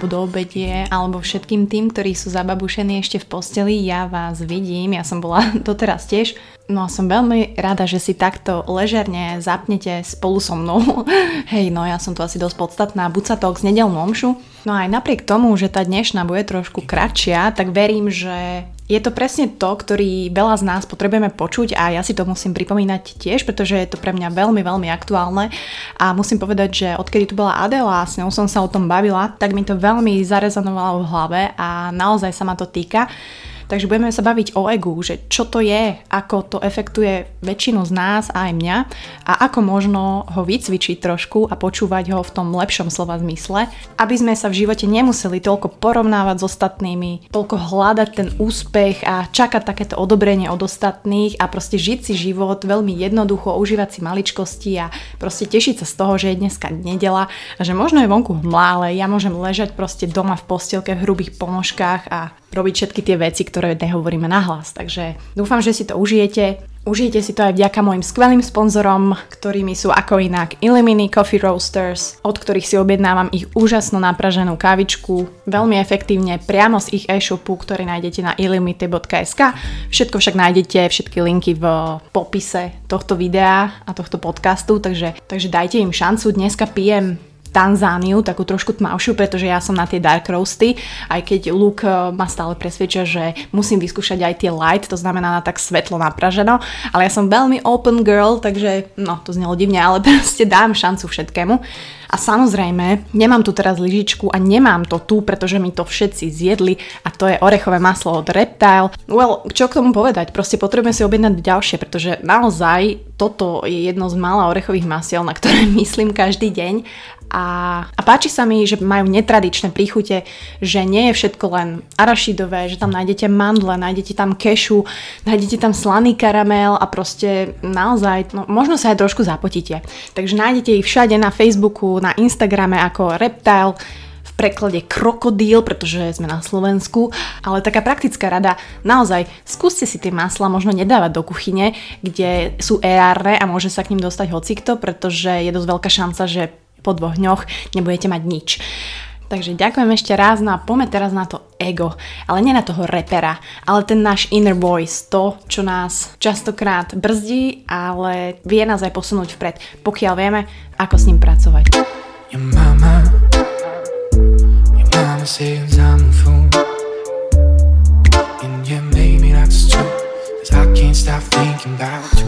alebo do obedie, alebo všetkým tým, ktorí sú zababušení ešte v posteli. Ja vás vidím, ja som bola doteraz tiež. No a som veľmi rada, že si takto ležerne zapnete spolu so mnou. Hej, no ja som tu asi dosť podstatná. Buď sa talk z nedeľnú omšu. No a aj napriek tomu, že tá dnešná bude trošku kratšia, tak verím, že je to presne to, ktorý veľa z nás potrebujeme počuť a ja si to musím pripomínať tiež, pretože je to pre mňa veľmi, veľmi aktuálne a musím povedať, že odkedy tu bola Adela a s ňou som sa o tom bavila, tak mi to veľmi zarezonovalo v hlave a naozaj sa ma to týka. Takže budeme sa baviť o egu, že čo to je, ako to efektuje väčšinu z nás a aj mňa a ako možno ho vycvičiť trošku a počúvať ho v tom lepšom slova zmysle, aby sme sa v živote nemuseli toľko porovnávať s ostatnými, toľko hľadať ten úspech a čakať takéto odobrenie od ostatných a proste žiť si život veľmi jednoducho, užívať si maličkosti a proste tešiť sa z toho, že je dneska nedeľa a že možno je vonku hmla, ale ja môžem ležať proste doma v postielke v hrubých ponožkách a robiť všetky tie veci, ktoré nehovoríme nahlas. Takže dúfam, že si to užijete. Užijete si to aj vďaka mojim skvelým sponzorom, ktorými sú ako inak Illimini Coffee Roasters, od ktorých si objednávam ich úžasnú napraženú kávičku, veľmi efektívne priamo z ich e-shopu, ktorý nájdete na illimity.sk. Všetko však nájdete, všetky linky v popise tohto videa a tohto podcastu, takže dajte im šancu. Dneska pijem Tanzániu, takú trošku tmavšiu, pretože ja som na tie dark roasty, aj keď Luke ma stále presvedčia, že musím vyskúšať aj tie light, to znamená na tak svetlo napraženo, ale ja som veľmi open girl, takže no, to znelo divne, ale proste dám šancu všetkému. A samozrejme, nemám tu teraz lyžičku a nemám to tu, pretože mi to všetci zjedli a to je orechové maslo od Reptile. Well, čo k tomu povedať? Proste potrebujem si objednať ďalšie, pretože naozaj toto je jedno z mála orechových masiel, na ktoré myslím každý deň. A páči sa mi, že majú netradičné príchute, že nie je všetko len arašidové, že tam nájdete mandle, nájdete tam kešu, nájdete tam slaný karamel a proste naozaj, no možno sa aj trošku zapotíte. Takže nájdete ich všade na Facebooku, na Instagrame ako Reptile, v preklade krokodíl, pretože sme na Slovensku, ale taká praktická rada, naozaj skúste si tie masla možno nedávať do kuchyne, kde sú erárne a môže sa k ním dostať hocikto, pretože je dosť veľká šanca, že po 2 dňoch nebudete mať nič. Takže ďakujem ešte raz, no a poďme teraz na to ego, ale nie na toho repera, ale ten náš inner voice, to, čo nás častokrát brzdí, ale vie nás aj posunúť vpred, pokiaľ vieme, ako s ním pracovať. Your mama says I'm a fool, and yeah, maybe that's true, 'cause I can't stop thinking about you.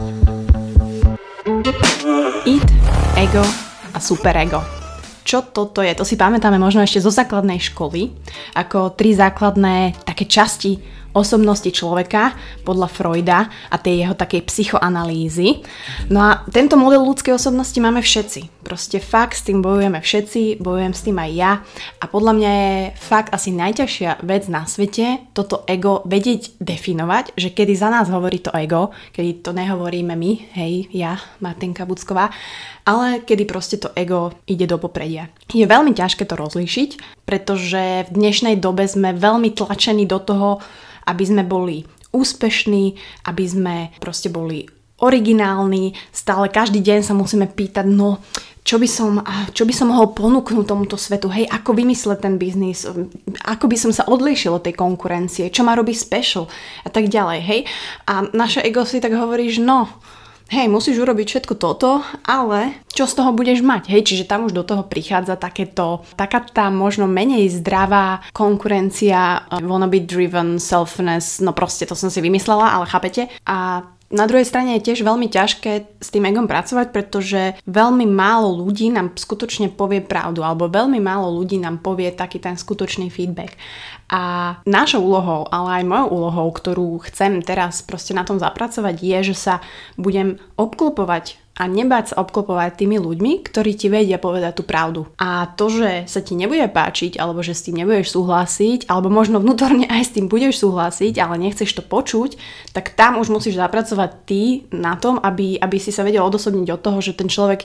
Id, ego a superego. Čo toto je? To si pamätáme možno ešte zo základnej školy, ako 3 základné také časti osobnosti človeka podľa Freuda a tej jeho takej psychoanalýzy. No a tento model ľudskej osobnosti máme všetci. Proste fakt s tým bojujeme všetci, bojujem s tým aj ja a podľa mňa je fakt asi najťažšia vec na svete toto ego vedieť definovať, že kedy za nás hovorí to ego, kedy to nehovoríme my, hej, ja, Martinka Bucková, ale kedy proste to ego ide do popredia. Je veľmi ťažké to rozlíšiť, pretože v dnešnej dobe sme veľmi tlačení do toho, aby sme boli úspešní, aby sme proste boli originálni, stále každý deň sa musíme pýtať, no čo by som mohol ponúknuť tomuto svetu, hej, ako vymysleť ten biznis, ako by som sa odlíšil od tej konkurencie, čo ma robí special a tak ďalej, hej. A naše ego si tak hovorí, že no, hej, musíš urobiť všetko toto, ale čo z toho budeš mať, hej, čiže tam už do toho prichádza taká tá možno menej zdravá konkurencia, wannabe driven, selfness, no proste to som si vymyslela, ale chápete? A na druhej strane je tiež veľmi ťažké s tým egom pracovať, pretože veľmi málo ľudí nám skutočne povie pravdu, alebo veľmi málo ľudí nám povie taký ten skutočný feedback. A našou úlohou, ale aj mojou úlohou, ktorú chcem teraz proste na tom zapracovať, je, že sa budem obklopovať a nebáť sa obklopovať tými ľuďmi, ktorí ti vedia povedať tú pravdu. A to, že sa ti nebude páčiť, alebo že s tým nebudeš súhlasiť, alebo možno vnútorne aj s tým budeš súhlasiť, ale nechceš to počuť, tak tam už musíš zapracovať ty na tom, aby si sa vedel odosobniť od toho, že ten človek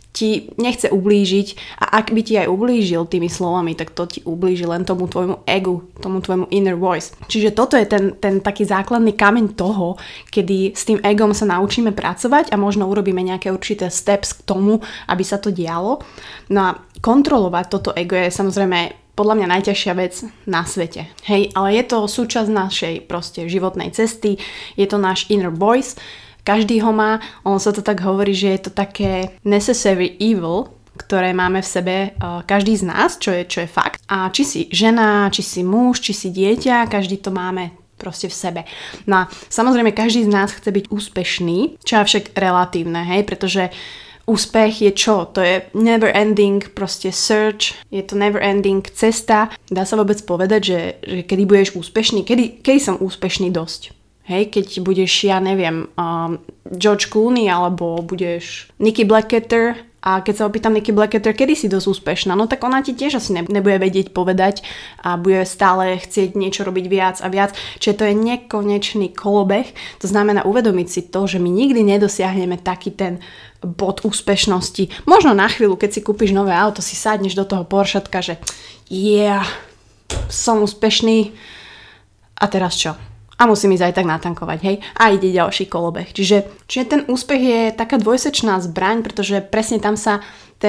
ti nechce ublížiť a ak by ti aj ublížil tými slovami, tak to ti ublíži len tomu tvojmu egu, tomu tvojmu inner voice. Čiže toto je ten taký základný kameň toho, kedy s tým egom sa naučíme pracovať a možno urobíme nejaké určité steps k tomu, aby sa to dialo. No a kontrolovať toto ego je samozrejme podľa mňa najťažšia vec na svete. Hej, ale je to súčasť našej proste životnej cesty, je to náš inner voice, každý ho má, ono sa to tak hovorí, že je to také necessary evil, ktoré máme v sebe každý z nás, čo je fakt. A či si žena, či si muž, či si dieťa, každý to máme proste v sebe. No a samozrejme každý z nás chce byť úspešný, čo je však relatívne, hej, pretože úspech je čo? To je never ending proste search, je to never ending cesta. Dá sa vôbec povedať, že kedy budeš úspešný? Kedy som úspešný dosť? Hej, keď budeš, ja neviem, George Clooney alebo budeš Nikki Blackketter a keď sa opýtam Nikki Blackketter, kedy si dosť úspešná, no tak ona ti tiež asi nebude vedieť povedať a bude stále chcieť niečo robiť viac a viac. Čiže to je nekonečný kolobeh. To znamená uvedomiť si to, že my nikdy nedosiahneme taký ten bod úspešnosti. Možno na chvíľu, keď si kúpiš nové auto, si sadneš do toho Porschetka, že som úspešný a teraz čo? A musím ísť aj tak natankovať, hej? A ide ďalší kolobeh. Čiže ten úspech je taká dvojsečná zbraň, pretože presne tam sa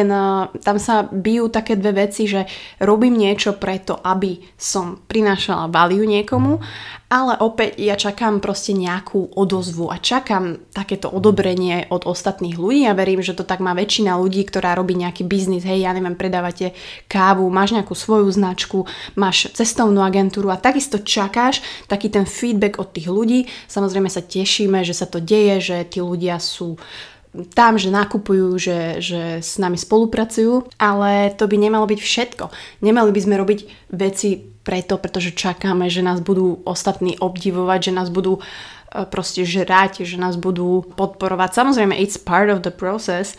bijú také dve veci, že robím niečo preto, aby som prinášala value niekomu, ale opäť ja čakám proste nejakú odozvu a čakám takéto odobrenie od ostatných ľudí a verím, že to tak má väčšina ľudí, ktorá robí nejaký biznis, hej, ja neviem, predávate kávu, máš nejakú svoju značku, máš cestovnú agentúru a takisto čakáš taký ten feedback od tých ľudí. Samozrejme sa tešíme, že sa to deje, že tí ľudia sú tam, že nakupujú, že s nami spolupracujú, ale to by nemalo byť všetko. Nemali by sme robiť veci pretože čakáme, že nás budú ostatní obdivovať, že nás budú proste žrať, že nás budú podporovať. Samozrejme, it's part of the process,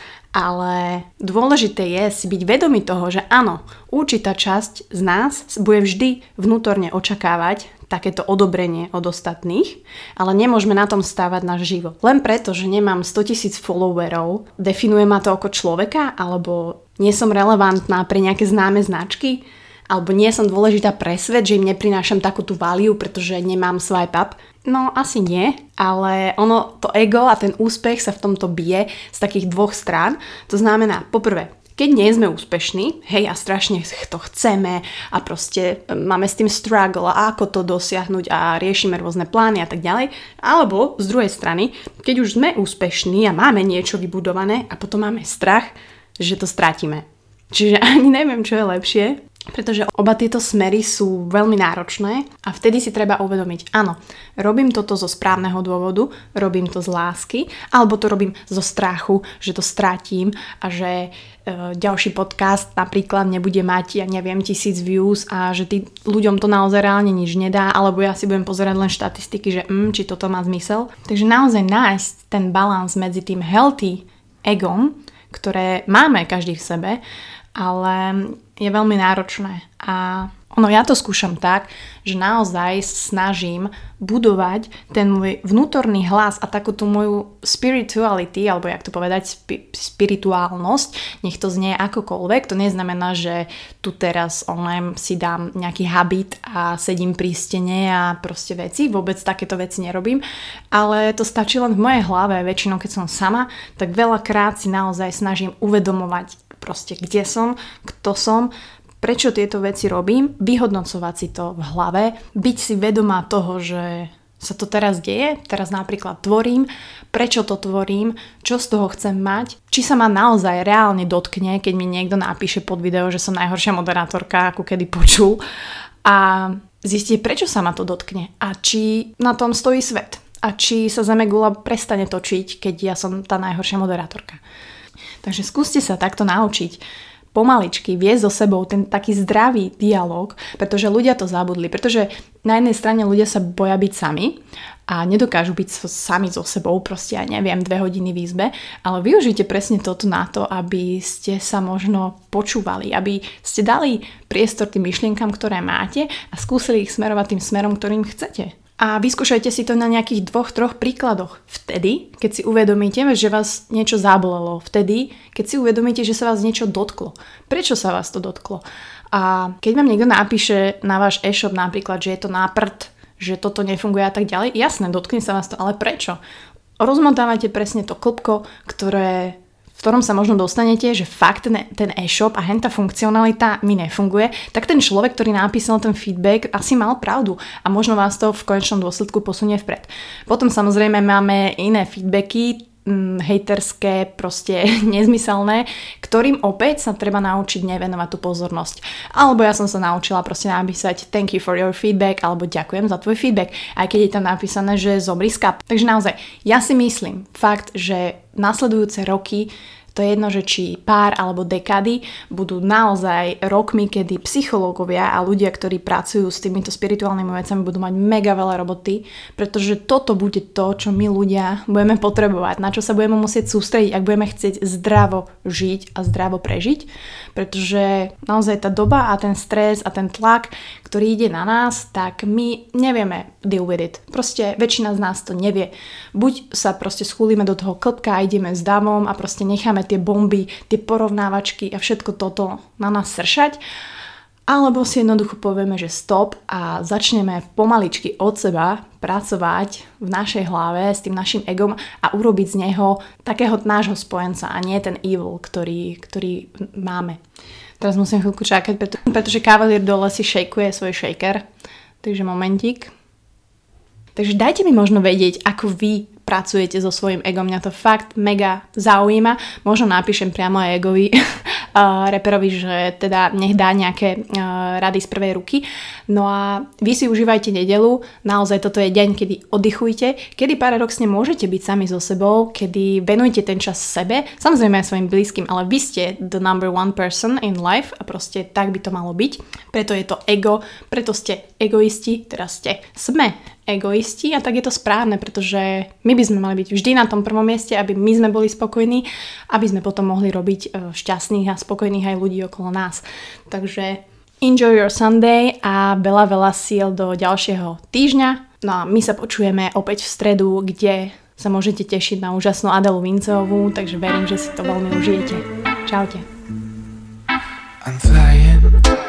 ale dôležité je si byť vedomý toho, že áno, určitá časť z nás bude vždy vnútorne očakávať takéto odobrenie od ostatných, ale nemôžeme na tom stávať náš život. Len preto, že nemám 100 000 followerov, definuje ma to ako človeka, alebo nie som relevantná pre nejaké známe značky, alebo nie som dôležitá pre svet, že im neprinášam takú tú value, pretože nemám swipe up. No asi nie, ale to ego a ten úspech sa v tomto bije z takých dvoch strán. To znamená, poprvé, keď nie sme úspešní, hej, a strašne to chceme a proste máme s tým struggle a ako to dosiahnuť a riešime rôzne plány a tak ďalej. Alebo z druhej strany, keď už sme úspešní a máme niečo vybudované a potom máme strach, že to stratíme. Čiže ani neviem, čo je lepšie, pretože oba tieto smery sú veľmi náročné a vtedy si treba uvedomiť, áno, robím toto zo správneho dôvodu, robím to z lásky, alebo to robím zo strachu, že to stratím a že ďalší podcast napríklad nebude mať, ja neviem, 1000 views a že ľuďom to naozaj reálne nič nedá, alebo ja si budem pozerať len štatistiky, že či toto má zmysel. Takže naozaj nájsť ten balans medzi tým healthy egom, ktoré máme každý v sebe, ale je veľmi náročné a ja to skúšam tak, že naozaj snažím budovať ten môj vnútorný hlas a takú tú moju spirituality, alebo jak to povedať, spirituálnosť, nech to znie akokoľvek, to neznamená, že tu teraz si dám nejaký habit a sedím pri stene a proste veci, vôbec takéto veci nerobím, ale to stačí len v mojej hlave, väčšinou keď som sama, tak veľakrát si naozaj snažím uvedomovať proste kde som, kto som, prečo tieto veci robím, vyhodnocovať si to v hlave, byť si vedomá toho, že sa to teraz deje, teraz napríklad tvorím, prečo to tvorím, čo z toho chcem mať, či sa ma naozaj reálne dotkne, keď mi niekto napíše pod video, že som najhoršia moderátorka, ako kedy počul a zistiť, prečo sa ma to dotkne a či na tom stojí svet a či sa Zemegula prestane točiť, keď ja som tá najhoršia moderátorka. Takže skúste sa takto naučiť pomaličky viesť so sebou ten taký zdravý dialog, pretože ľudia to zabudli, pretože na jednej strane ľudia sa boja byť sami a nedokážu byť sami so sebou, proste ja neviem, 2 hodiny v izbe, ale využite presne toto na to, aby ste sa možno počúvali, aby ste dali priestor tým myšlienkam, ktoré máte a skúsili ich smerovať tým smerom, ktorým chcete. A vyskúšajte si to na nejakých 2-3 príkladoch. Vtedy, keď si uvedomíte, že vás niečo zabolelo. Vtedy, keď si uvedomíte, že sa vás niečo dotklo. Prečo sa vás to dotklo? A keď vám niekto napíše na váš e-shop napríklad, že je to na prd, že toto nefunguje a tak ďalej, jasné, dotkne sa vás to, ale prečo? Rozmotávate presne to klbko, ktoré v ktorom sa možno dostanete, že fakt ten e-shop a henta funkcionalita mi nefunguje, tak ten človek, ktorý napísal ten feedback, asi mal pravdu a možno vás to v konečnom dôsledku posunie vpred. Potom samozrejme máme iné feedbacky, hejterské, proste nezmyselné, ktorým opäť sa treba naučiť nevenovať tú pozornosť. Alebo ja som sa naučila proste napísať thank you for your feedback, alebo ďakujem za tvoj feedback, aj keď je tam napísané, že zobriska. Takže naozaj, ja si myslím fakt, že nasledujúce roky, to je jedno, že či pár alebo dekády, budú naozaj rokmi, kedy psychológovia a ľudia, ktorí pracujú s týmito spirituálnymi vecami, budú mať mega veľa roboty, pretože toto bude to, čo my ľudia budeme potrebovať, na čo sa budeme musieť sústrediť, ak budeme chcieť zdravo žiť a zdravo prežiť, pretože naozaj tá doba a ten stres a ten tlak, ktorý ide na nás, tak my nevieme deal with it. Proste väčšina z nás to nevie. Buď sa proste schúlime do toho klbka a ideme s davom a proste necháme tie bomby, tie porovnávačky a všetko toto na nás sršať, alebo si jednoducho povieme, že stop a začneme pomaličky od seba pracovať v našej hlave s tým našim egom a urobiť z neho takého nášho spojenca a nie ten evil, ktorý máme. Teraz musím chvíľku čakať, pretože kavalier dole si šejkuje svoj shaker. Takže momentík. Takže dajte mi možno vedieť, ako vy pracujete so svojím egom. Mňa to fakt mega zaujíma. Možno napíšem priamo aj egovi reperovi, že teda nech dá nejaké rady z prvej ruky. No a vy si užívajte nedeľu. Naozaj toto je deň, kedy oddychujte, kedy paradoxne môžete byť sami so sebou, kedy venujete ten čas sebe, samozrejme aj svojim blízkym, ale vy ste the number one person in life a proste tak by to malo byť. Preto je to ego, preto ste egoisti, teraz sme egoisti a tak je to správne, pretože my by sme mali byť vždy na tom prvom mieste, aby my sme boli spokojní, aby sme potom mohli robiť šťastných a spokojných aj ľudí okolo nás. Takže enjoy your Sunday a veľa síl do ďalšieho týždňa. No a my sa počujeme opäť v stredu, kde sa môžete tešiť na úžasnú Adelu Vinceovú, takže verím, že si to veľmi užijete. Čaute. I'm flying.